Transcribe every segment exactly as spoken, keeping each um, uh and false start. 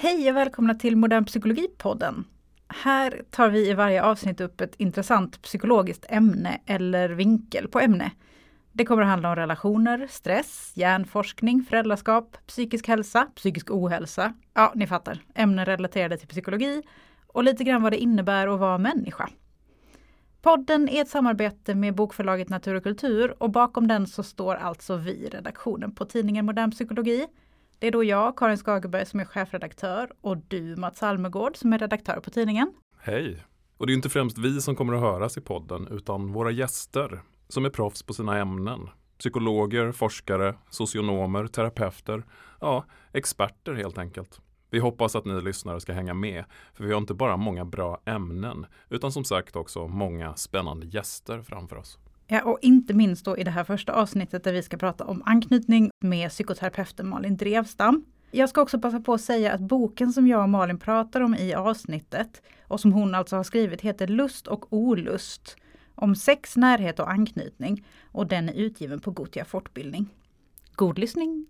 Hej och välkomna till Modern Psykologipodden. Här tar vi i varje avsnitt upp ett intressant psykologiskt ämne eller vinkel på ämne. Det kommer att handla om relationer, stress, hjärnforskning, föräldraskap, psykisk hälsa, psykisk ohälsa. Ja, ni fattar. Ämnen relaterade till psykologi och lite grann vad det innebär att vara människa. Podden är ett samarbete med bokförlaget Natur och kultur och bakom den så står alltså vi, redaktionen på tidningen Modern Psykologi. Det är då jag, Karin Skagerberg, som är chefredaktör och du, Mats Almegård, som är redaktör på tidningen. Hej! Och det är inte främst vi som kommer att höras i podden utan våra gäster som är proffs på sina ämnen. Psykologer, forskare, socionomer, terapeuter, ja, experter helt enkelt. Vi hoppas att ni lyssnare ska hänga med, för vi har inte bara många bra ämnen utan som sagt också många spännande gäster framför oss. Ja, och inte minst då i det här första avsnittet där vi ska prata om anknytning med psykoterapeuten Malin Drevstam. Jag ska också passa på att säga att boken som jag och Malin pratar om i avsnittet och som hon alltså har skrivit heter Lust och olust om sex, närhet och anknytning och den är utgiven på Gothia fortbildning. God lyssning!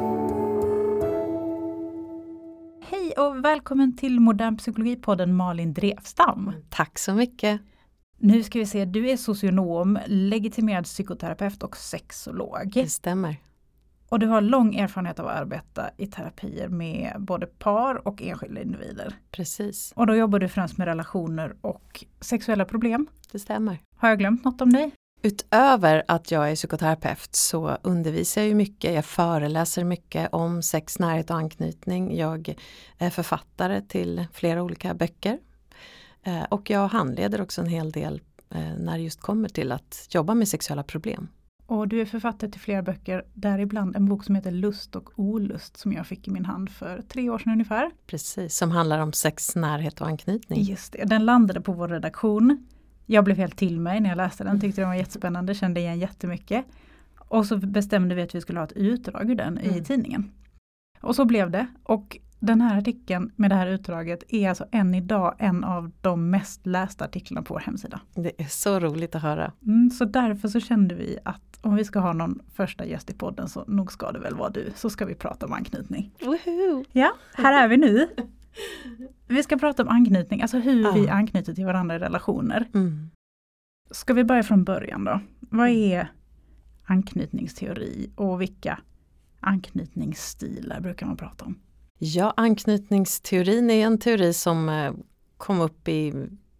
Hej och välkommen till Modern Psykologipodden Malin Drevstam. Tack så mycket! Nu ska vi se, du är socionom, legitimerad psykoterapeut och sexolog. Det stämmer. Och du har lång erfarenhet av att arbeta i terapier med både par och enskilda individer. Precis. Och då jobbar du främst med relationer och sexuella problem. Det stämmer. Har jag glömt något om dig? Utöver att jag är psykoterapeut så undervisar jag ju mycket. Jag föreläser mycket om sex, närhet och anknytning. Jag är författare till flera olika böcker. Och jag handleder också en hel del när det just kommer till att jobba med sexuella problem. Och du är författare till flera böcker, däribland en bok som heter Lust och olust som jag fick i min hand för tre år sedan ungefär. Precis, som handlar om sex, närhet och anknytning. Just det, den landade på vår redaktion. Jag blev helt till mig när jag läste den, tyckte den var jättespännande, kände igen jättemycket. Och så bestämde vi att vi skulle ha ett utdrag ur den mm. i tidningen. Och så blev det, och den här artikeln med det här utdraget är alltså än idag en av de mest lästa artiklarna på vår hemsida. Det är så roligt att höra. Mm, så därför så kände vi att om vi ska ha någon första gäst i podden så nog ska det väl vara du. Så ska vi prata om anknytning. Woohoo! Ja, här är vi nu. Vi ska prata om anknytning, alltså hur ah. vi anknyter till varandra i relationer. Mm. Ska vi börja från början då? Vad är anknytningsteori och vilka anknytningsstilar brukar man prata om? Ja, anknytningsteorin är en teori som kom upp i,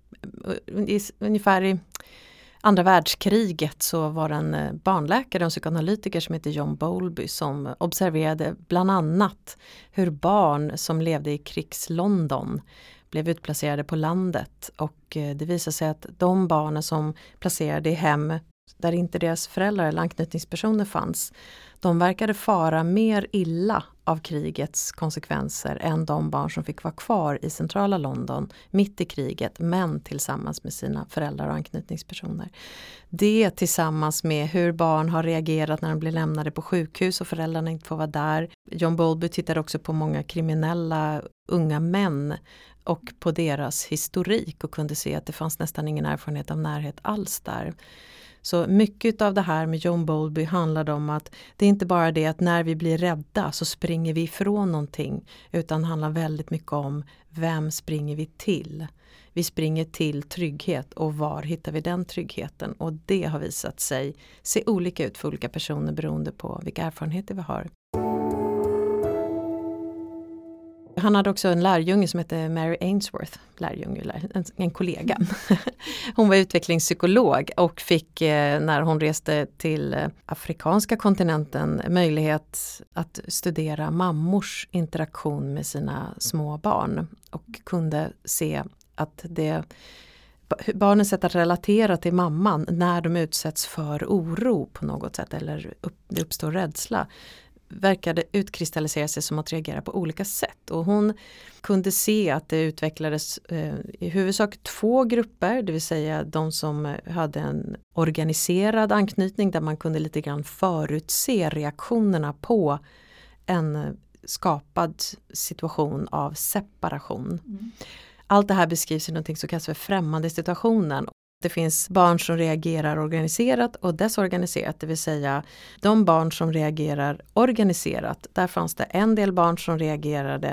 i ungefär i andra världskriget. Så var det en barnläkare och en psykoanalytiker som heter John Bowlby som observerade bland annat hur barn som levde i krigs-London blev utplacerade på landet. Och det visade sig att de barnen som placerade i hem där inte deras föräldrar eller anknytningspersoner fanns, de verkade fara mer illa av krigets konsekvenser än de barn som fick vara kvar i centrala London mitt i kriget men tillsammans med sina föräldrar och anknytningspersoner. Det tillsammans med hur barn har reagerat när de blir lämnade på sjukhus och föräldrarna inte får vara där. John Bowlby tittar också på många kriminella unga män och på deras historik och kunde se att det fanns nästan ingen erfarenhet av närhet alls där. Så mycket av det här med John Bowlby handlade om att det är inte bara det att när vi blir rädda så springer vi ifrån någonting, utan handlar väldigt mycket om vem springer vi till. Vi springer till trygghet och var hittar vi den tryggheten, och det har visat sig se olika ut för olika personer beroende på vilka erfarenheter vi har. Han hade också en lärjunge som hette Mary Ainsworth, lärjunge, en, en kollega. Hon var utvecklingspsykolog och fick när hon reste till afrikanska kontinenten möjlighet att studera mammors interaktion med sina små barn och kunde se att det barnens sätt att relatera till mamman när de utsätts för oro på något sätt eller upp, det uppstår rädsla verkade utkristallisera sig som att reagera på olika sätt. Och hon kunde se att det utvecklades eh, i huvudsak två grupper, det vill säga de som hade en organiserad anknytning där man kunde lite grann förutse reaktionerna på en skapad situation av separation. Mm. Allt det här beskrivs i något som kallas för främmande situationen. Det finns barn som reagerar organiserat och desorganiserat, det vill säga de barn som reagerar organiserat, där fanns det en del barn som reagerade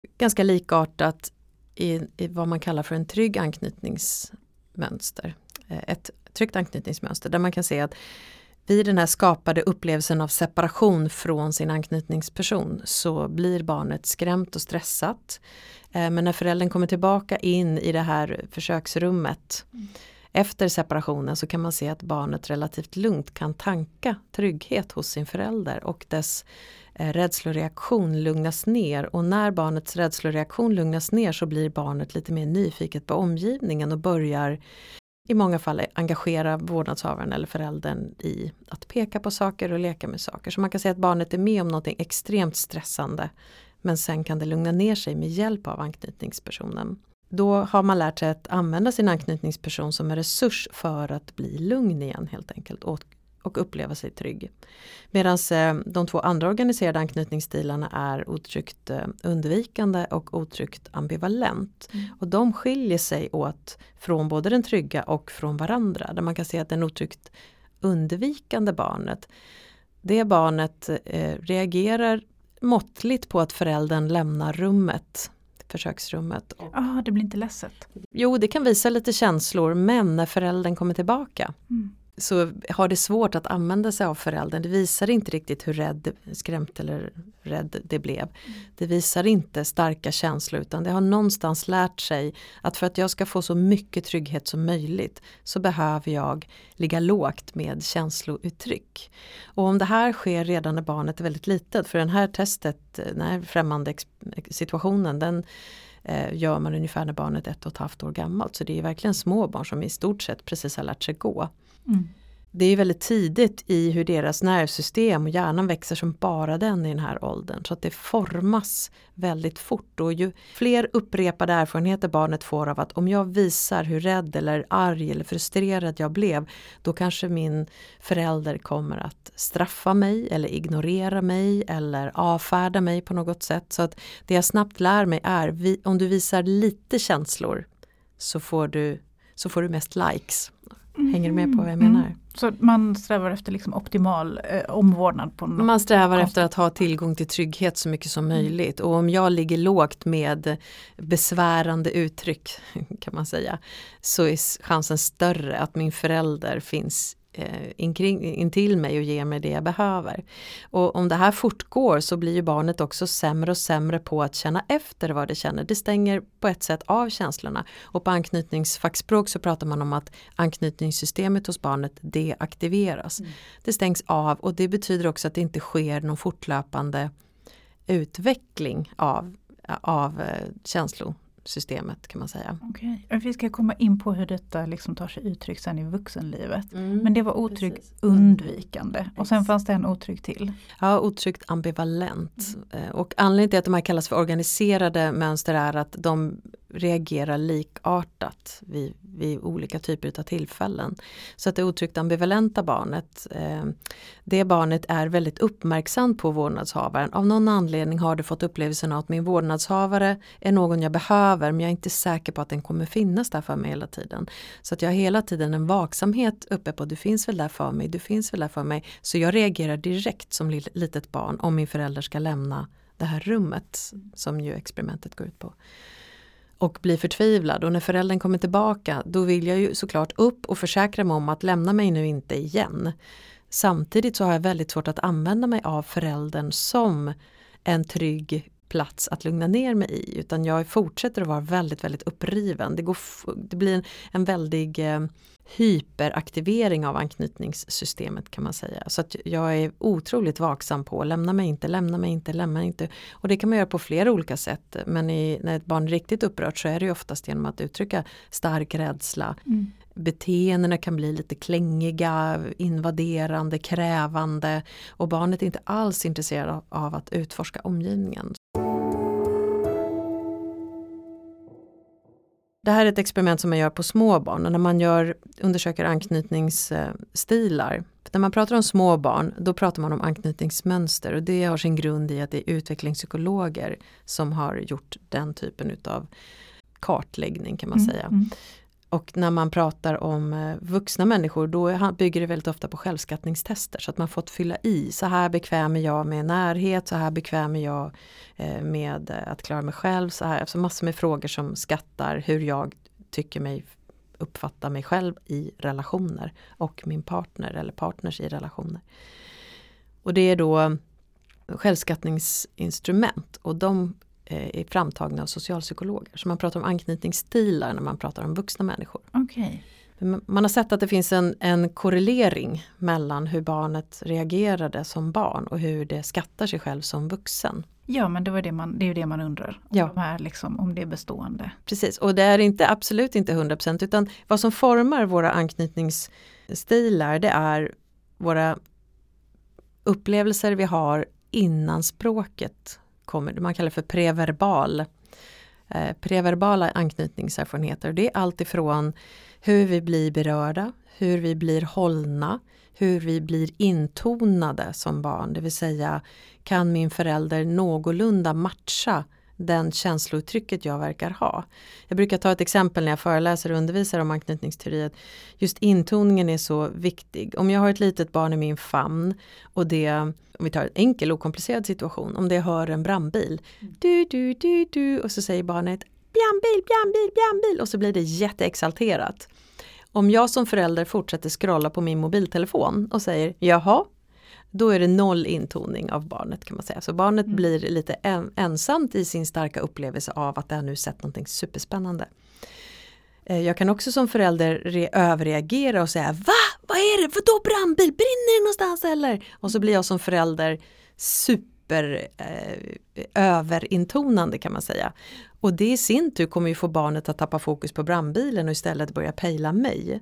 ganska likartat i, i vad man kallar för en trygg anknytningsmönster. Ett tryggt anknytningsmönster där man kan se att vid den här skapade upplevelsen av separation från sin anknytningsperson så blir barnet skrämt och stressat. Men när föräldern kommer tillbaka in i det här försöksrummet mm. efter separationen så kan man se att barnet relativt lugnt kan tanka trygghet hos sin förälder och dess eh, rädsloreaktion lugnas ner. Och när barnets rädsloreaktion lugnas ner så blir barnet lite mer nyfiket på omgivningen och börjar i många fall engagera vårdnadshavaren eller föräldern i att peka på saker och leka med saker. Så man kan säga att barnet är med om något extremt stressande men sen kan det lugna ner sig med hjälp av anknytningspersonen. Då har man lärt sig att använda sin anknytningsperson som en resurs för att bli lugn igen helt enkelt och, och uppleva sig trygg. Medan eh, de två andra organiserade anknytningsstilarna är otryggt eh, undvikande och otryggt ambivalent. Mm. Och de skiljer sig åt från både den trygga och från varandra. Där man kan se att den otryggt undvikande barnet, det barnet eh, reagerar måttligt på att föräldern lämnar rummet. Försöksrummet. Ja, ah, det blir inte ledset. Jo, det kan visa lite känslor, men när föräldern kommer tillbaka mm. så har det svårt att använda sig av föräldern. Det visar inte riktigt hur rädd, skrämt eller rädd det blev. Mm. Det visar inte starka känslor utan det har någonstans lärt sig att för att jag ska få så mycket trygghet som möjligt så behöver jag ligga lågt med känslouttryck. Och om det här sker redan när barnet är väldigt litet, för den här testet, den här främmande situationen, den eh, gör man ungefär när barnet är ett och ett halvt år gammalt. Så det är verkligen små barn som i stort sett precis har lärt sig gå. Mm. Det är väldigt tidigt i hur deras nervsystem och hjärnan växer som bara den i den här åldern. Så att det formas väldigt fort. Och ju fler upprepade erfarenheter barnet får av att om jag visar hur rädd eller arg eller frustrerad jag blev, då kanske min förälder kommer att straffa mig eller ignorera mig eller avfärda mig på något sätt. Så att det jag snabbt lär mig är, vi, om du visar lite känslor så får du, så får du mest likes. Hänger du med på vad jag menar? Mm. Så man strävar efter liksom optimal eh, omvårdnad? På man strävar efter att ha tillgång till trygghet så mycket som möjligt. Och om jag ligger lågt med besvärande uttryck kan man säga, så är chansen större att min förälder finns inkring, intill mig och ger mig det jag behöver. Och om det här fortgår så blir ju barnet också sämre och sämre på att känna efter vad det känner. Det stänger på ett sätt av känslorna. Och på anknytningsfackspråk så pratar man om att anknytningssystemet hos barnet deaktiveras. Mm. Det stängs av och det betyder också att det inte sker någon fortlöpande utveckling av, av känslor. Systemet kan man säga. Okej, okay. Vi ska komma in på hur detta liksom tar sig uttryck sen i vuxenlivet. Mm, men det var otrygg precis. Undvikande. Mm. Och sen fanns det en otrygg till. Ja, otryggt ambivalent. Mm. Och anledningen till att de här kallas för organiserade mönster är att de reagerar likartat vid, vid olika typer av tillfällen. Så att det otryggt ambivalenta barnet, eh, det barnet är väldigt uppmärksam på vårdnadshavaren. Av någon anledning har du fått upplevelsen av att min vårdnadshavare är någon jag behöver, men jag är inte säker på att den kommer finnas där för mig hela tiden. Så att jag har hela tiden en vaksamhet uppe på, du finns väl där för mig, du finns väl där för mig. Så jag reagerar direkt som litet barn om min förälder ska lämna det här rummet som ju experimentet går ut på. Och blir förtvivlad. Och när föräldern kommer tillbaka, då vill jag ju såklart upp och försäkra mig om att lämna mig nu inte igen. Samtidigt så har jag väldigt svårt att använda mig av föräldern som en trygg plats att lugna ner mig i. Utan jag fortsätter att vara väldigt, väldigt uppriven. Det, går, det blir en, en väldig eh, hyperaktivering av anknytningssystemet kan man säga. Så att jag är otroligt vaksam på lämna mig inte, lämna mig inte, lämna mig inte. Och det kan man göra på flera olika sätt. Men i, när ett barn är riktigt upprört så är det ju oftast genom att uttrycka stark rädsla. Mm. Beteendena kan bli lite klängiga, invaderande, krävande. Och barnet är inte alls intresserad av, av att utforska omgivningen. Det här är ett experiment som man gör på små barn. Och när man gör, undersöker anknytningsstilar. När man pratar om små barn, då pratar man om anknytningsmönster. Och det har sin grund i att det är utvecklingspsykologer som har gjort den typen av kartläggning kan man mm, säga. Mm. Och när man pratar om eh, vuxna människor då bygger det väldigt ofta på självskattningstester. Så att man fått fylla i. Så här bekväm är jag med närhet. Så här bekväm är jag eh, med eh, att klara mig själv. Så här. Alltså massor med frågor som skattar hur jag tycker mig uppfatta mig själv i relationer. Och min partner eller partners i relationer. Och det är då självskattningsinstrument. Och de är framtagna av socialpsykologer. Så man pratar om anknytningsstilar när man pratar om vuxna människor. Okay. Man har sett att det finns en, en korrelering mellan hur barnet reagerade som barn och hur det skattar sig själv som vuxen. Ja, men det, var det, man, det är ju det man undrar. Ja. De här liksom, om det är bestående. Precis, och det är inte absolut inte hundra procent utan vad som formar våra anknytningsstilar det är våra upplevelser vi har innan språket kommer. Man kallar det för preverbal. Eh, preverbala anknytningserfarenheter. Det är allt ifrån hur vi blir berörda, hur vi blir hållna, hur vi blir intonade som barn. Det vill säga, kan min förälder någorlunda matcha den känslouttrycket jag verkar ha. Jag brukar ta ett exempel när jag föreläser och undervisar om anknytningsteori. Just intoningen är så viktig. Om jag har ett litet barn i min famn och det, om vi tar en enkel okomplicerad situation, om det hör en brandbil, du, du, du, du, och så säger barnet brandbil, brandbil, brandbil och så blir det jätteexalterat. Om jag som förälder fortsätter scrolla på min mobiltelefon och säger jaha, då är det noll intoning av barnet kan man säga. Så barnet mm. blir lite en, ensamt i sin starka upplevelse av att det har nu sett någonting superspännande. Eh, jag kan också som förälder re- överreagera och säga va? Vad är det? Vadå brandbil? Brinner det någonstans eller? Och så blir jag som förälder super eh, överintonande kan man säga. Och det i sin tur kommer ju få barnet att tappa fokus på brandbilen och istället börja pejla mig.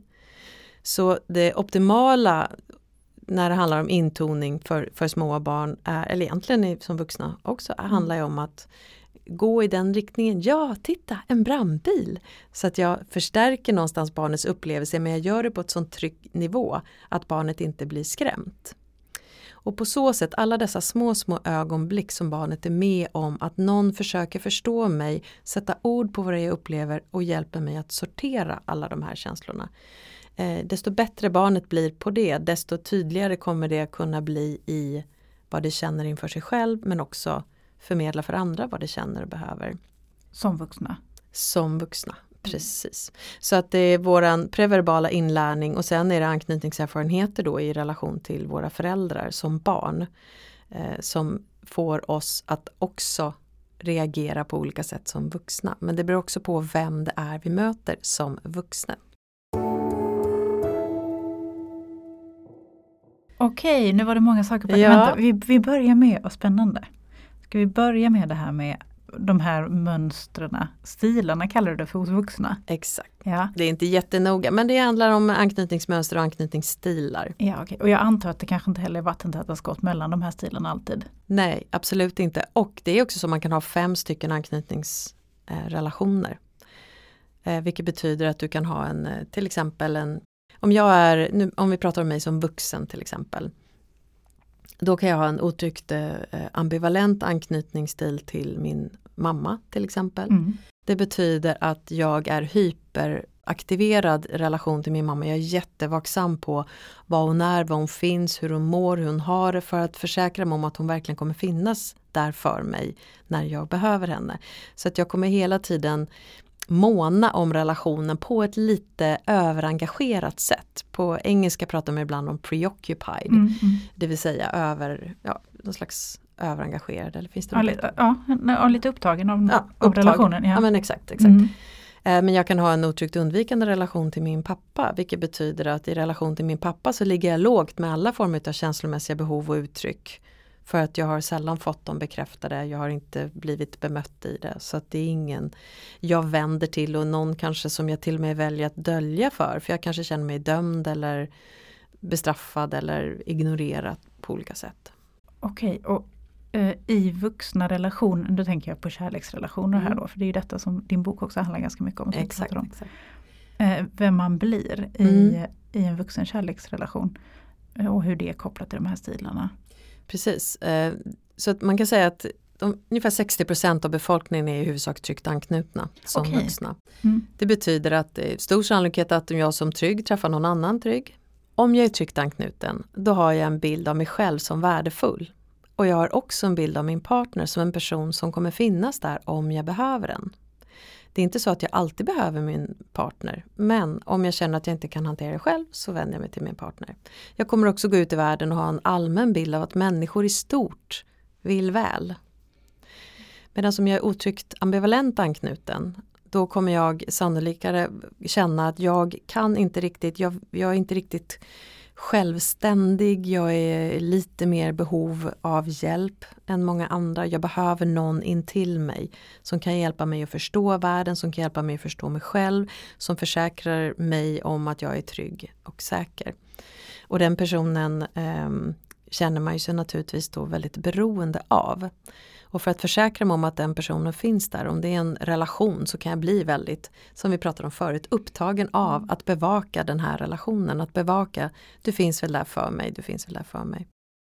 Så det optimala när det handlar om intoning för, för små barn, är, eller egentligen som vuxna också, mm. handlar ju om att gå i den riktningen. Ja, titta, en brandbil. Så att jag förstärker någonstans barnets upplevelse, men jag gör det på ett sånt trygg nivå att barnet inte blir skrämt. Och på så sätt, alla dessa små, små ögonblick som barnet är med om att någon försöker förstå mig, sätta ord på vad jag upplever och hjälper mig att sortera alla de här känslorna. Eh, desto bättre barnet blir på det, desto tydligare kommer det kunna bli i vad det känner inför sig själv, men också förmedla för andra vad det känner och behöver. Som vuxna? Som vuxna, precis. Mm. Så att det är våran preverbala inlärning och sen är det anknytningserfarenheter då i relation till våra föräldrar som barn. Eh, som får oss att också reagera på olika sätt som vuxna. Men det beror också på vem det är vi möter som vuxna. Okej, nu var det många saker på ja. Vänta, vi, vi börjar med vad spännande. Ska vi börja med det här med de här mönstren, stilarna kallar du det för hos vuxna? Exakt. Ja. Det är inte jättenoga, men det handlar om anknytningsmönster och anknytningsstilar. Ja, okej. Och jag antar att det kanske inte heller är vattentäta skott mellan de här stilarna alltid. Nej, absolut inte. Och det är också så att man kan ha fem stycken anknytningsrelationer. Eh, vilket betyder att du kan ha en, till exempel en Om jag är, nu, om vi pratar om mig som vuxen till exempel, då kan jag ha en uttryckt eh, ambivalent anknytningsstil till min mamma till exempel. Mm. Det betyder att jag är hyperaktiverad i relation till min mamma. Jag är jättevaksam på vad hon är, vad hon finns, hur hon mår, hur hon har det, för att försäkra mig om att hon verkligen kommer finnas där för mig när jag behöver henne. Så att jag kommer hela tiden måna om relationen på ett lite överengagerat sätt. På engelska pratar man ibland om preoccupied. Mm, mm. Det vill säga över, ja, någon slags överengagerad. Eller finns det ja, lite, ja, ja, lite upptagen av, ja, av upptagen. relationen. Ja. ja, men exakt. exakt. Mm. Men jag kan ha en otryggt undvikande relation till min pappa. Vilket betyder att i relation till min pappa så ligger jag lågt med alla former av känslomässiga behov och uttryck. För att jag har sällan fått dem bekräftade. Jag har inte blivit bemött i det. Så att det är ingen jag vänder till. Och någon kanske som jag till och med väljer att dölja för. För jag kanske känner mig dömd eller bestraffad eller ignorerad på olika sätt. Okej, och eh, i vuxna relationer, då tänker jag på kärleksrelationer mm. här då. För det är ju detta som din bok också handlar ganska mycket om. Exakt. om. exakt. Eh, vem man blir i, mm. i en vuxen kärleksrelation. Och hur det är kopplat till de här stilarna. Precis, så att man kan säga att de, ungefär sextio procent av befolkningen är i huvudsak tryggt anknutna som Okej. vuxna. Mm. Det betyder att det är stor sannolikhet att om jag som trygg träffar någon annan trygg. Om jag är tryggt anknuten, då har jag en bild av mig själv som värdefull. Och jag har också en bild av min partner som en person som kommer finnas där om jag behöver den. Det är inte så att jag alltid behöver min partner, men om jag känner att jag inte kan hantera det själv så vänder jag mig till min partner. Jag kommer också gå ut i världen och ha en allmän bild av att människor i stort vill väl. Medan om jag är otryggt ambivalent anknuten, då kommer jag sannolikare känna att jag kan inte riktigt, jag, jag är inte riktigt självständig, jag är lite mer behov av hjälp än många andra. Jag behöver någon in till mig som kan hjälpa mig att förstå världen, som kan hjälpa mig att förstå mig själv, som försäkrar mig om att jag är trygg och säker. Och den personen eh, känner man ju sig naturligtvis då väldigt beroende av. Och för att försäkra mig om att den personen finns där, om det är en relation, så kan jag bli väldigt, som vi pratade om förut, upptagen av att bevaka den här relationen. Att bevaka, du finns väl där för mig, du finns väl där för mig.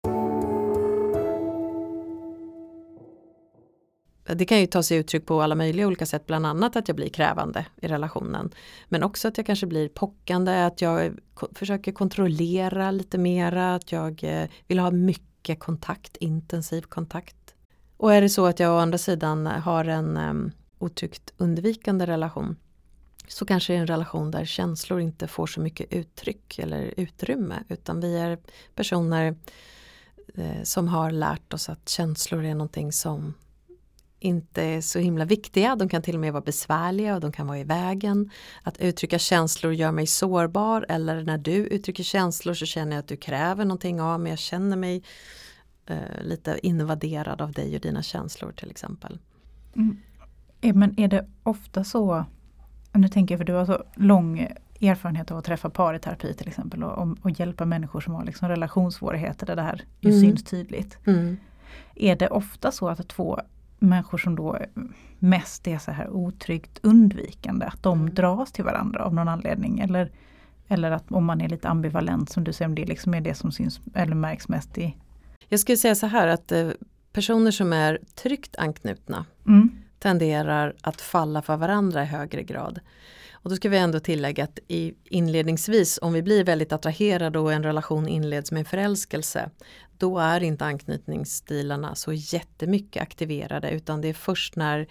Det kan ju ta sig uttryck på alla möjliga olika sätt, bland annat att jag blir krävande i relationen. Men också att jag kanske blir pockande, att jag försöker kontrollera lite mera, att jag vill ha mycket kontakt, intensiv kontakt. Och är det så att jag å andra sidan har en um, otryggt undvikande relation, så kanske det är en relation där känslor inte får så mycket uttryck eller utrymme, utan vi är personer eh, som har lärt oss att känslor är någonting som inte är så himla viktiga. De kan till och med vara besvärliga och de kan vara i vägen. Att uttrycka känslor gör mig sårbar, eller när du uttrycker känslor så känner jag att du kräver någonting av mig. Jag känner mig eh, lite invaderad av dig och dina känslor till exempel. Mm. Men är det ofta så, nu tänker jag för du har så lång erfarenhet av att träffa par i terapi till exempel och, och hjälpa människor som har liksom relationssvårigheter där det här ju Mm. syns tydligt. Mm. Är det ofta så att två människor som då mest är så här otryggt undvikande, att de Mm. dras till varandra av någon anledning, eller, eller att om man är lite ambivalent som du säger, om det liksom är det som syns eller märks mest i... Jag skulle säga så här att eh, personer som är tryggt anknutna Mm. tenderar att falla för varandra i högre grad. Och då ska vi ändå tillägga att i inledningsvis, om vi blir väldigt attraherade och en relation inleds med förälskelse, då är inte anknytningsstilarna så jättemycket aktiverade, utan det är först när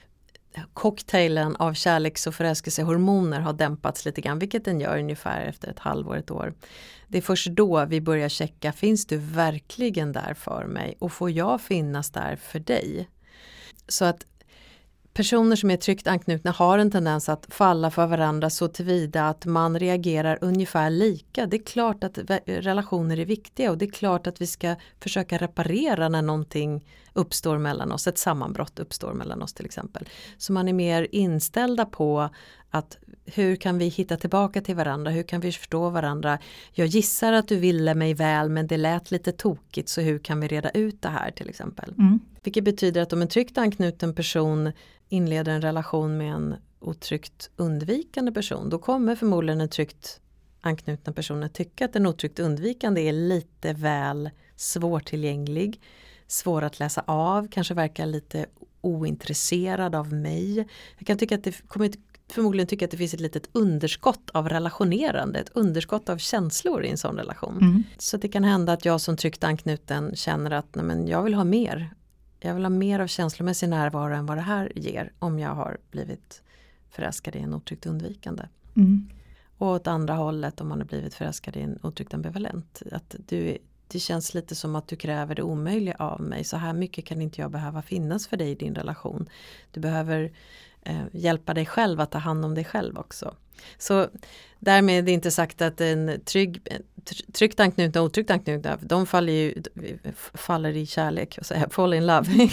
cocktailen av kärleks- och förälskelsehormoner har dämpats lite grann, vilket den gör ungefär efter ett halvår, ett år. Det är först då vi börjar checka, finns du verkligen där för mig och får jag finnas där för dig? Så att personer som är tryggt anknutna har en tendens att falla för varandra så tillvida att man reagerar ungefär lika. Det är klart att relationer är viktiga och det är klart att vi ska försöka reparera när någonting uppstår mellan oss. Ett sammanbrott uppstår mellan oss till exempel. Så man är mer inställda på att hur kan vi hitta tillbaka till varandra? Hur kan vi förstå varandra? Jag gissar att du ville mig väl, men det lät lite tokigt, så hur kan vi reda ut det här till exempel? Mm. Vilket betyder att om en tryggt anknuten person inleder en relation med en otryggt undvikande person, då kommer förmodligen en tryggt anknuten person att tycka att en otryggt undvikande är lite väl svårtillgänglig, svår att läsa av, kanske verkar lite ointresserad av mig. Jag kan tycka att det kommer förmodligen tycka att det finns ett litet underskott av relationerande, ett underskott av känslor i en sån relation. Mm. Så det kan hända att jag som tryggt anknuten känner att nej, men jag vill ha mer. Jag vill ha mer av känslomässig närvaro än vad det här ger om jag har blivit förälskad i en otryggt undvikande. Mm. Och åt andra hållet om man har blivit förälskad i en otryggt ambivalent. Att du, det känns lite som att du kräver det omöjliga av mig. Så här mycket kan inte jag behöva finnas för dig i din relation. Du behöver eh, hjälpa dig själv att ta hand om dig själv också. Så därmed är det inte sagt att en trygg, tryggt anknutna och otryggt anknutna, de faller ju faller i kärlek och säga fall in love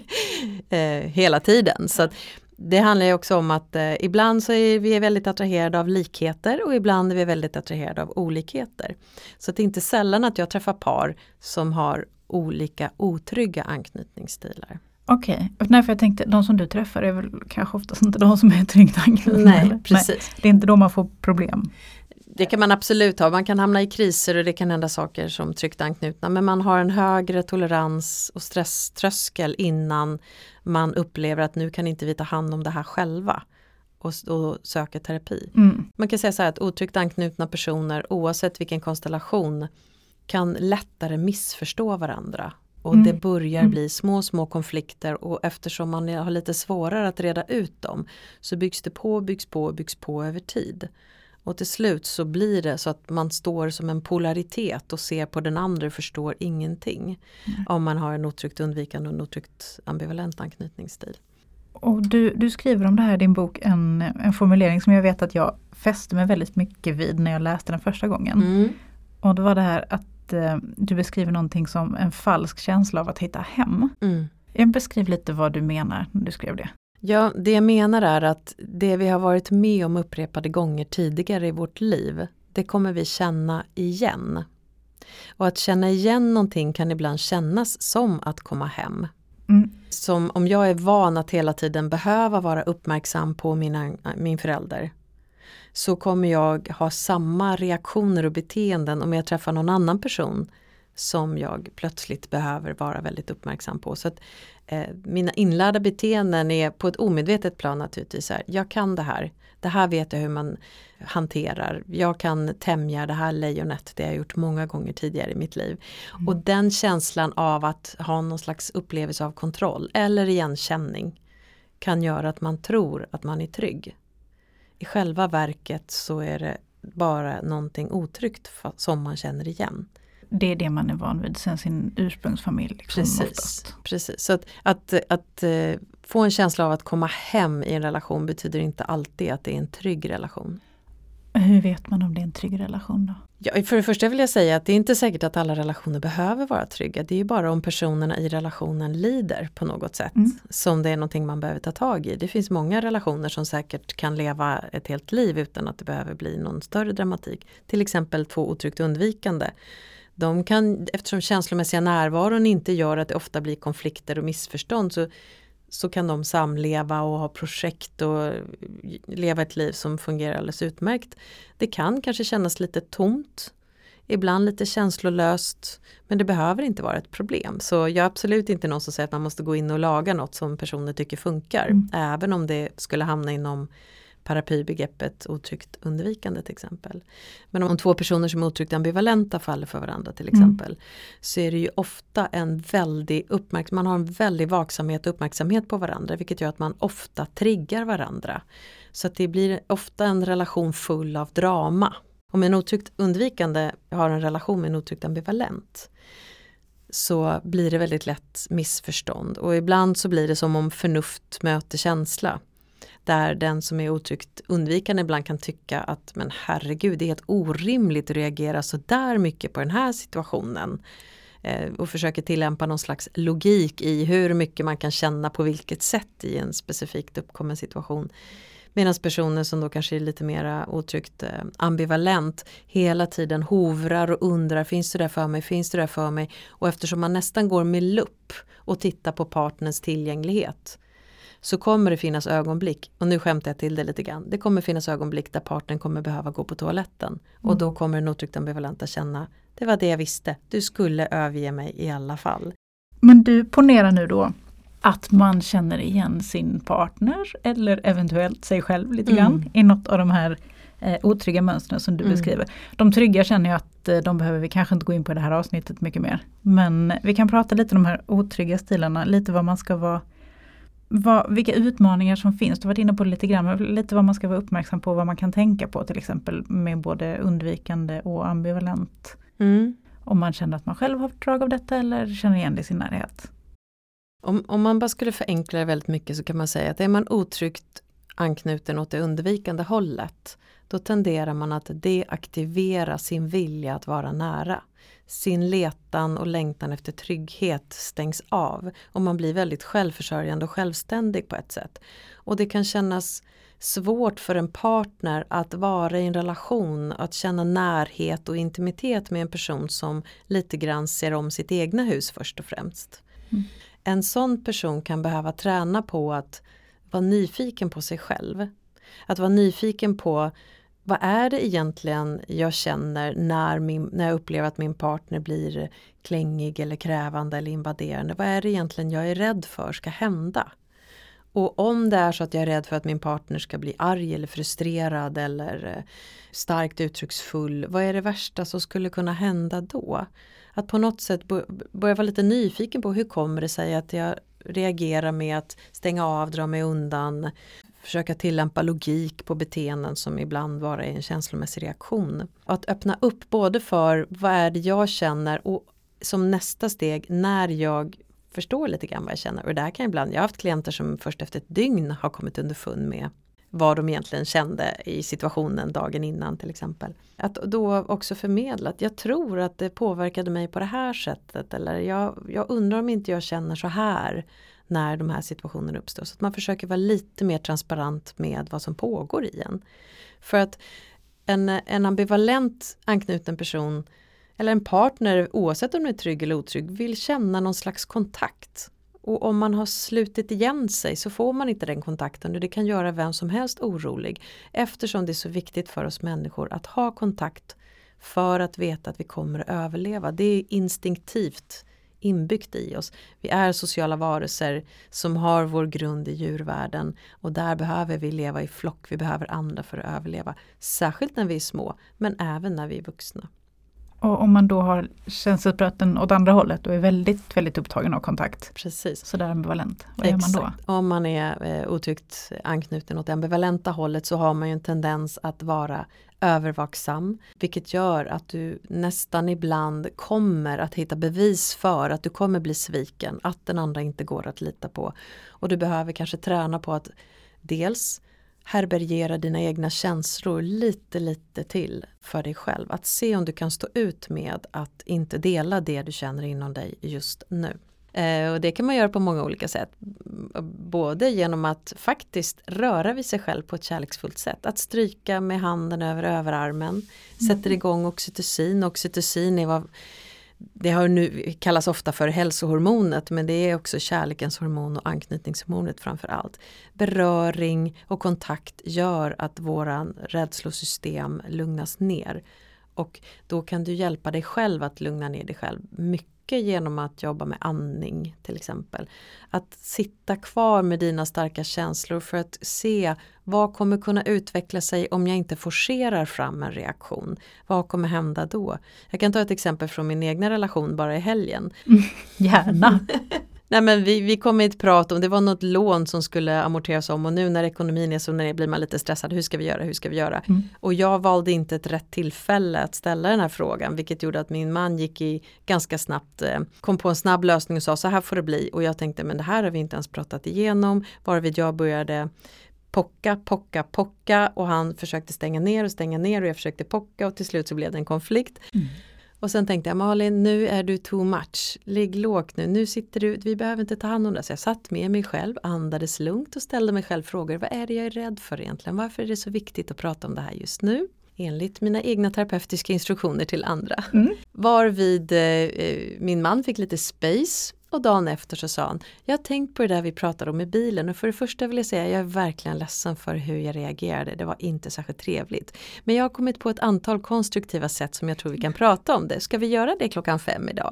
eh, hela tiden. Så att det handlar ju också om att eh, ibland så är vi väldigt attraherade av likheter och ibland är vi väldigt attraherade av olikheter. Så att det är inte sällan att jag träffar par som har olika otrygga anknytningsstilar. Okej, nej, för jag tänkte de som du träffar är väl kanske oftast inte de som är tryggt anknutna. Nej, eller? precis. Nej, det är inte då man får problem. Det kan man absolut ha. Man kan hamna i kriser och det kan hända saker som tryggt anknutna. Men man har en högre tolerans och stresströskel innan man upplever att nu kan inte vi ta hand om det här själva och, och söka terapi. Mm. Man kan säga så här att otryggt anknutna personer oavsett vilken konstellation kan lättare missförstå varandra. Och mm. det börjar mm. bli små, små konflikter och eftersom man har lite svårare att reda ut dem så byggs det på, byggs på, byggs på över tid. Och till slut så blir det så att man står som en polaritet och ser på den andra och förstår ingenting. Mm. Om man har en otryggt undvikande och en otryggt ambivalent anknytningsstil. Och du, du skriver om det här i din bok en, en formulering som jag vet att jag fäste mig väldigt mycket vid när jag läste den första gången. Mm. Och det var det här att eh, du beskriver någonting som en falsk känsla av att hitta hem. Mm. Jag beskriv lite vad du menar när du skrev det. Ja, det jag menar är att det vi har varit med om upprepade gånger tidigare i vårt liv, det kommer vi känna igen. Och att känna igen någonting kan ibland kännas som att komma hem. Mm. Som om jag är van att hela tiden behöva vara uppmärksam på mina, min förälder. Så kommer jag ha samma reaktioner och beteenden om jag träffar någon annan person som jag plötsligt behöver vara väldigt uppmärksam på. Så att eh, mina inlärda beteenden är på ett omedvetet plan naturligtvis här. Jag kan det här. Det här vet jag hur man hanterar. Jag kan tämja det här lejonet. Det har jag gjort många gånger tidigare i mitt liv. Mm. Och den känslan av att ha någon slags upplevelse av kontroll eller igenkänning kan göra att man tror att man är trygg. I själva verket så är det bara någonting otryggt som man känner igen. Det är det man är van vid sen sin ursprungsfamilj. Liksom, precis, precis. Så att, att, att, att få en känsla av att komma hem i en relation betyder inte alltid att det är en trygg relation. Hur vet man om det är en trygg relation då? Ja, för det första vill jag säga att det är inte säkert att alla relationer behöver vara trygga. Det är ju bara om personerna i relationen lider på något sätt mm. som det är någonting man behöver ta tag i. Det finns många relationer som säkert kan leva ett helt liv utan att det behöver bli någon större dramatik. Till exempel två otryggt undvikande. De kan, eftersom känslomässiga närvaron inte gör att det ofta blir konflikter och missförstånd så, så kan de samleva och ha projekt och leva ett liv som fungerar alldeles utmärkt. Det kan kanske kännas lite tomt, ibland lite känslolöst, men det behöver inte vara ett problem. Så jag är absolut inte någon som säger att man måste gå in och laga något som personer tycker funkar, mm. även om det skulle hamna inom paraplybegreppet otryggt undvikande till exempel. Men om två personer som är otryggt ambivalenta faller för varandra till exempel mm. så är det ju ofta en väldig uppmärksamhet, man har en väldig vaksamhet och uppmärksamhet på varandra vilket gör att man ofta triggar varandra. Så att det blir ofta en relation full av drama. Om en otryggt undvikande har en relation med en otryggt ambivalent så blir det väldigt lätt missförstånd och ibland så blir det som om förnuft möter känsla. Där den som är otryggt undvikande ibland kan tycka att men herregud, det är helt orimligt att reagera så där mycket på den här situationen. Eh, och försöker tillämpa någon slags logik i hur mycket man kan känna på vilket sätt i en specifikt uppkommen situation. Medan personer som då kanske är lite mer otryggt eh, ambivalent hela tiden hovrar och undrar, finns det där för mig, finns det där för mig? Och eftersom man nästan går med lupp och tittar på partners tillgänglighet så kommer det finnas ögonblick, och nu skämtar jag till det lite grann, det kommer finnas ögonblick där partnern kommer behöva gå på toaletten. Mm. Och då kommer den otryggt ambivalenta känna, det var det jag visste, du skulle överge mig i alla fall. Men du ponerar nu då att man känner igen sin partner eller eventuellt sig själv lite grann mm. i något av de här eh, otrygga mönstren som du mm. beskriver. De trygga känner jag att eh, de behöver vi kanske inte gå in på i det här avsnittet mycket mer. Men vi kan prata lite om de här otrygga stilarna, lite vad man ska vara Vad, vilka utmaningar som finns. Du har varit inne på det lite grann, men lite vad man ska vara uppmärksam på, vad man kan tänka på till exempel med både undvikande och ambivalent. Mm. Om man känner att man själv har drag av detta eller känner igen det i sin närhet. Om, om man bara skulle förenkla det väldigt mycket så kan man säga att är man otryggt anknuten åt det undvikande hållet, då tenderar man att deaktivera sin vilja att vara nära. Sin letan och längtan efter trygghet stängs av och man blir väldigt självförsörjande och självständig på ett sätt. Och det kan kännas svårt för en partner att vara i en relation, att känna närhet och intimitet med en person som lite grann ser om sitt egna hus först och främst. Mm. En sån person kan behöva träna på att vara nyfiken på sig själv. Att vara nyfiken på vad är det egentligen jag känner när, min, när jag upplever att min partner blir klängig eller krävande eller invaderande? Vad är det egentligen jag är rädd för ska hända? Och om det är så att jag är rädd för att min partner ska bli arg eller frustrerad eller starkt uttrycksfull, vad är det värsta som skulle kunna hända då? Att på något sätt börja vara lite nyfiken på hur kommer det sig att jag reagerar med att stänga av, dra mig undan, försöka tillämpa logik på beteenden som ibland bara är en känslomässig reaktion. Och att öppna upp både för vad är det jag känner och som nästa steg när jag förstår lite grann vad jag känner. Och där kan jag ibland, jag har haft klienter som först efter ett dygn har kommit underfund med vad de egentligen kände i situationen dagen innan till exempel. Att då också förmedla att jag tror att det påverkade mig på det här sättet eller jag, jag undrar om inte jag känner så här när de här situationerna uppstår. Så att man försöker vara lite mer transparent med vad som pågår i en. För att en, en ambivalent anknuten person eller en partner, oavsett om den är trygg eller otrygg, vill känna någon slags kontakt. Och om man har slutit igen sig så får man inte den kontakten och det kan göra vem som helst orolig. Eftersom det är så viktigt för oss människor att ha kontakt för att veta att vi kommer att överleva. Det är instinktivt inbyggt i oss. Vi är sociala varelser som har vår grund i djurvärlden och där behöver vi leva i flock. Vi behöver andra för att överleva. Särskilt när vi är små men även när vi är vuxna. Och om man då har känsloutbröten åt andra hållet och är väldigt, väldigt upptagen av kontakt. Precis. Så där ambivalent. Vad Exakt. gör man då? Om man är eh, otryggt anknuten åt det ambivalenta hållet så har man ju en tendens att vara övervaksam. Vilket gör att du nästan ibland kommer att hitta bevis för att du kommer bli sviken. Att den andra inte går att lita på. Och du behöver kanske träna på att dels härbärgera dina egna känslor lite lite till för dig själv. Att se om du kan stå ut med att inte dela det du känner inom dig just nu. Eh, och det kan man göra på många olika sätt. Både genom att faktiskt röra vid sig själv på ett kärleksfullt sätt. Att stryka med handen över överarmen. Mm. Sätter igång oxytocin. Oxytocin är vad det har nu kallas ofta för hälsohormonet, men det är också kärlekens hormon och anknytningshormonet framför allt. Beröring och kontakt gör att våran rädslosystem lugnas ner. Och då kan du hjälpa dig själv att lugna ner dig själv mycket genom att jobba med andning till exempel. Att sitta kvar med dina starka känslor för att se vad kommer kunna utveckla sig om jag inte forcerar fram en reaktion. Vad kommer hända då? Jag kan ta ett exempel från min egna relation bara i helgen. Mm, gärna. Nej, men vi, vi kom i ett prat om, det var något lån som skulle amorteras om och nu när ekonomin är så när det blir man lite stressad, hur ska vi göra, hur ska vi göra? Mm. Och jag valde inte ett rätt tillfälle att ställa den här frågan, vilket gjorde att min man gick i ganska snabbt, eh, kom på en snabb lösning och sa så här får det bli. Och jag tänkte men det här har vi inte ens pratat igenom, varvid jag började pocka, pocka, pocka och han försökte stänga ner och stänga ner och jag försökte pocka och till slut så blev det en konflikt. Mm. Och sen tänkte jag, Malin, nu är du too much. Ligg lågt nu. Nu sitter du, vi behöver inte ta hand om det. Så jag satt med mig själv, andades lugnt och ställde mig själv frågor. Vad är det jag är rädd för egentligen? Varför är det så viktigt att prata om det här just nu? Enligt mina egna terapeutiska instruktioner till andra. Mm. Varvid eh, min man fick lite space. Och dagen efter så sa han, jag har tänkt på det där vi pratade om i bilen och för det första vill jag säga, jag är verkligen ledsen för hur jag reagerade. Det var inte särskilt trevligt. Men jag har kommit på ett antal konstruktiva sätt som jag tror vi kan prata om det. Ska vi göra det klockan fem idag?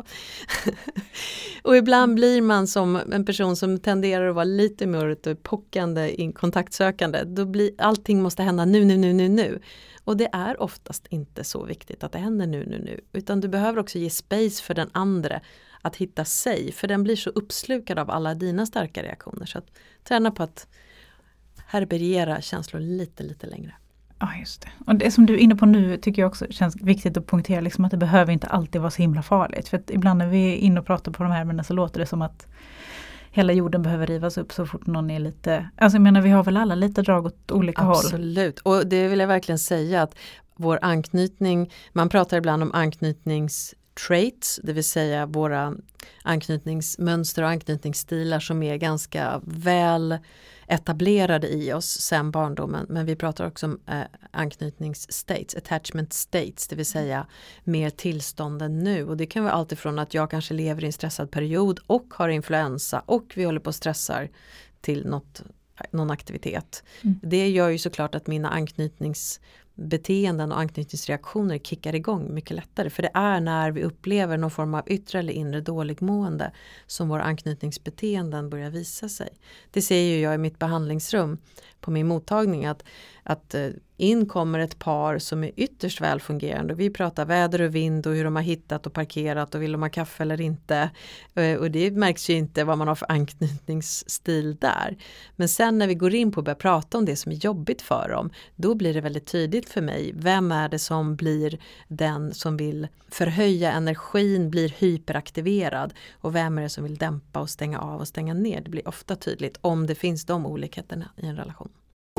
Och ibland blir man som en person som tenderar att vara lite mer pockande, kontaktsökande. Då blir allting måste hända nu, nu, nu, nu, nu. Och det är oftast inte så viktigt att det händer nu, nu, nu. Utan du behöver också ge space för den andra att hitta sig. För den blir så uppslukad av alla dina starka reaktioner. Så att träna på att härbärgera känslor lite, lite längre. Ja, just det. Och det som du är inne på nu tycker jag också känns viktigt att punktera. Liksom att det behöver inte alltid vara så himla farligt. För att ibland när vi är inne och pratar på de här ämnena så låter det som att hela jorden behöver rivas upp så fort någon är lite... Alltså jag menar, vi har väl alla lite drag åt olika Absolut. håll. Absolut. Och det vill jag verkligen säga att vår anknytning... Man pratar ibland om anknytnings... traits, det vill säga våra anknytningsmönster och anknytningsstilar som är ganska väl etablerade i oss sedan barndomen. Men vi pratar också om eh, anknytningsstates, attachment states, det vill säga mer tillstånden nu. Och det kan vara allt ifrån att jag kanske lever i en stressad period och har influensa och vi håller på att stressar till något, någon aktivitet. Mm. Det gör ju såklart att mina anknytnings beteenden och anknytningsreaktioner kickar igång mycket lättare. För det är när vi upplever någon form av yttre eller inre dåligmående som våra anknytningsbeteenden börjar visa sig. Det ser ju jag i mitt behandlingsrum på min mottagning, att, att in kommer ett par som är ytterst välfungerande. Vi pratar väder och vind och hur de har hittat och parkerat och vill de ha kaffe eller inte. Och det märks ju inte vad man har för anknytningsstil där. Men sen när vi går in på att börja prata om det som är jobbigt för dem, då blir det väldigt tydligt för mig. Vem är det som blir den som vill förhöja energin, blir hyperaktiverad, och vem är det som vill dämpa och stänga av och stänga ner? Det blir ofta tydligt om det finns de olikheterna i en relation.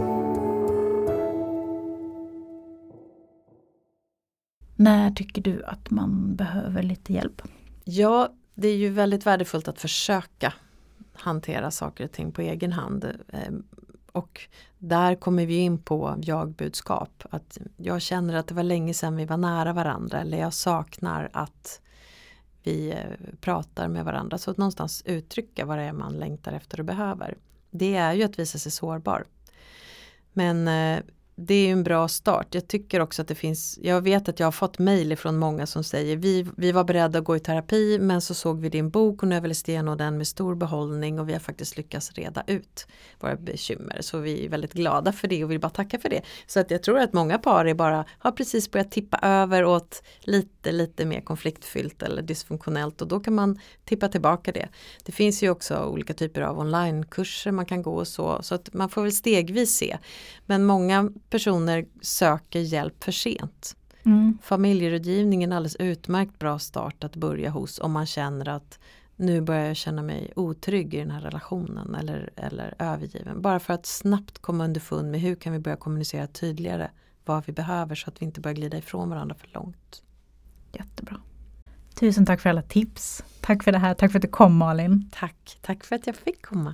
När tycker du att man behöver lite hjälp? Ja, det är ju väldigt värdefullt att försöka hantera saker och ting på egen hand. Och där kommer vi in på jag-budskap. Att jag känner att det var länge sedan vi var nära varandra. Eller jag saknar att vi pratar med varandra. Så att någonstans uttrycka vad det är man längtar efter och behöver. Det är ju att visa sig sårbar. Men det är ju en bra start. Jag tycker också att det finns, jag vet att jag har fått mejl från många som säger vi, vi var beredda att gå i terapi, men så såg vi din bok och nu har vi läst igenom den med stor behållning och vi har faktiskt lyckats reda ut våra bekymmer. Så vi är väldigt glada för det och vill bara tacka för det. Så att jag tror att många par är bara, har precis börjat tippa över åt lite, lite mer konfliktfyllt eller dysfunktionellt, och då kan man tippa tillbaka det. Det finns ju också olika typer av onlinekurser man kan gå och så, så att man får väl stegvis se. Men många personer söker hjälp för sent. Mm. Familjerådgivningen är en alldeles utmärkt bra start att börja hos om man känner att nu börjar jag känna mig otrygg i den här relationen eller, eller övergiven. Bara för att snabbt komma underfund med hur kan vi börja kommunicera tydligare vad vi behöver så att vi inte börjar glida ifrån varandra för långt. Jättebra. Tusen tack för alla tips. Tack för det här. Tack för att du kom, Malin. Tack. Tack för att jag fick komma.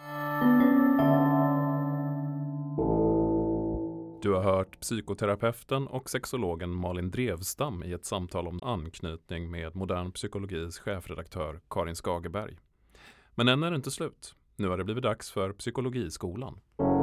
Du har hört psykoterapeuten och sexologen Malin Drevstam i ett samtal om anknytning med Modern Psykologis chefredaktör Karin Skagerberg. Men än är det inte slut. Nu har det blivit dags för Psykologiskolan.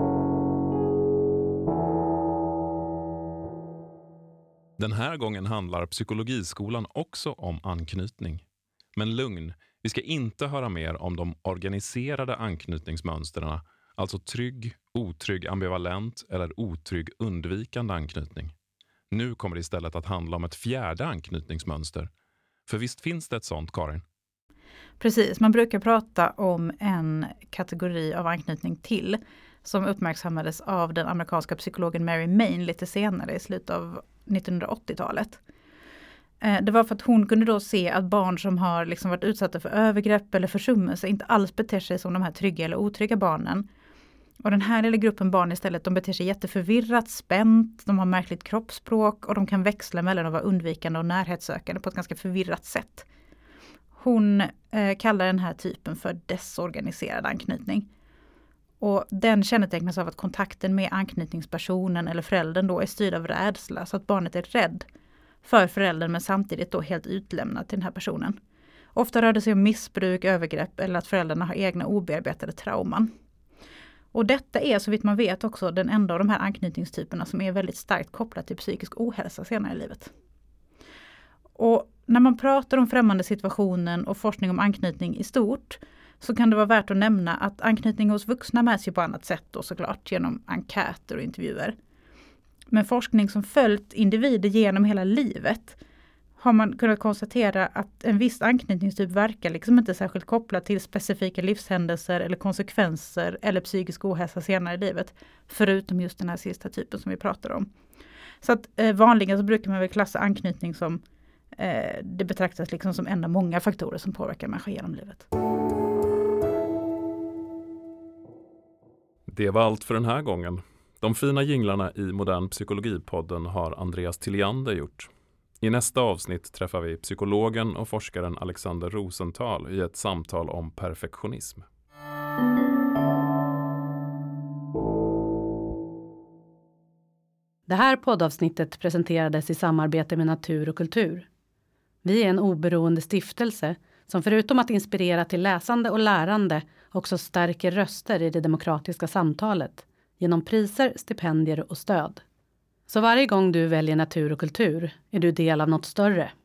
Den här gången handlar Psykologiskolan också om anknytning. Men lugn, vi ska inte höra mer om de organiserade anknytningsmönsterna, alltså trygg, otrygg ambivalent eller otrygg undvikande anknytning. Nu kommer det istället att handla om ett fjärde anknytningsmönster. För visst finns det ett sånt, Karin? Precis, man brukar prata om en kategori av anknytning till som uppmärksammades av den amerikanska psykologen Mary Main lite senare i slutet av nittonhundraåttiotalet. Det var för att hon kunde då se att barn som har liksom varit utsatta för övergrepp eller försummelse inte alls beter sig som de här trygga eller otrygga barnen. Och den här lilla gruppen barn istället, de beter sig jätteförvirrat, spänt, de har märkligt kroppsspråk och de kan växla mellan att vara undvikande och närhetssökande på ett ganska förvirrat sätt. Hon eh, kallar den här typen för desorganiserad anknytning. Och den kännetecknas av att kontakten med anknytningspersonen eller föräldern då är styrd av rädsla, så att barnet är rädd för föräldern men samtidigt då helt utlämnad till den här personen. Ofta rör det sig om missbruk, övergrepp eller att föräldrarna har egna obearbetade trauman. Och detta är så vitt man vet också den enda av de här anknytningstyperna som är väldigt starkt kopplat till psykisk ohälsa senare i livet. Och när man pratar om främmande situationen och forskning om anknytning i stort så kan det vara värt att nämna att anknytning hos vuxna mäts ju på annat sätt då såklart genom enkäter och intervjuer. Men forskning som följt individer genom hela livet har man kunnat konstatera att en viss anknytningstyp verkar liksom inte särskilt kopplad till specifika livshändelser eller konsekvenser eller psykisk ohälsa senare i livet. Förutom just den här sista typen som vi pratar om. Så att eh, vanligen så brukar man väl klassa anknytning som eh, det betraktas liksom som en av många faktorer som påverkar människor genom livet. Det var allt för den här gången. De fina jinglarna i Modern Psykologipodden har Andreas Tilliander gjort. I nästa avsnitt träffar vi psykologen och forskaren Alexander Rosenthal i ett samtal om perfektionism. Det här poddavsnittet presenterades i samarbete med Natur och kultur. Vi är en oberoende stiftelse som förutom att inspirera till läsande och lärande också stärker röster i det demokratiska samtalet genom priser, stipendier och stöd. Så varje gång du väljer natur och kultur är du del av något större.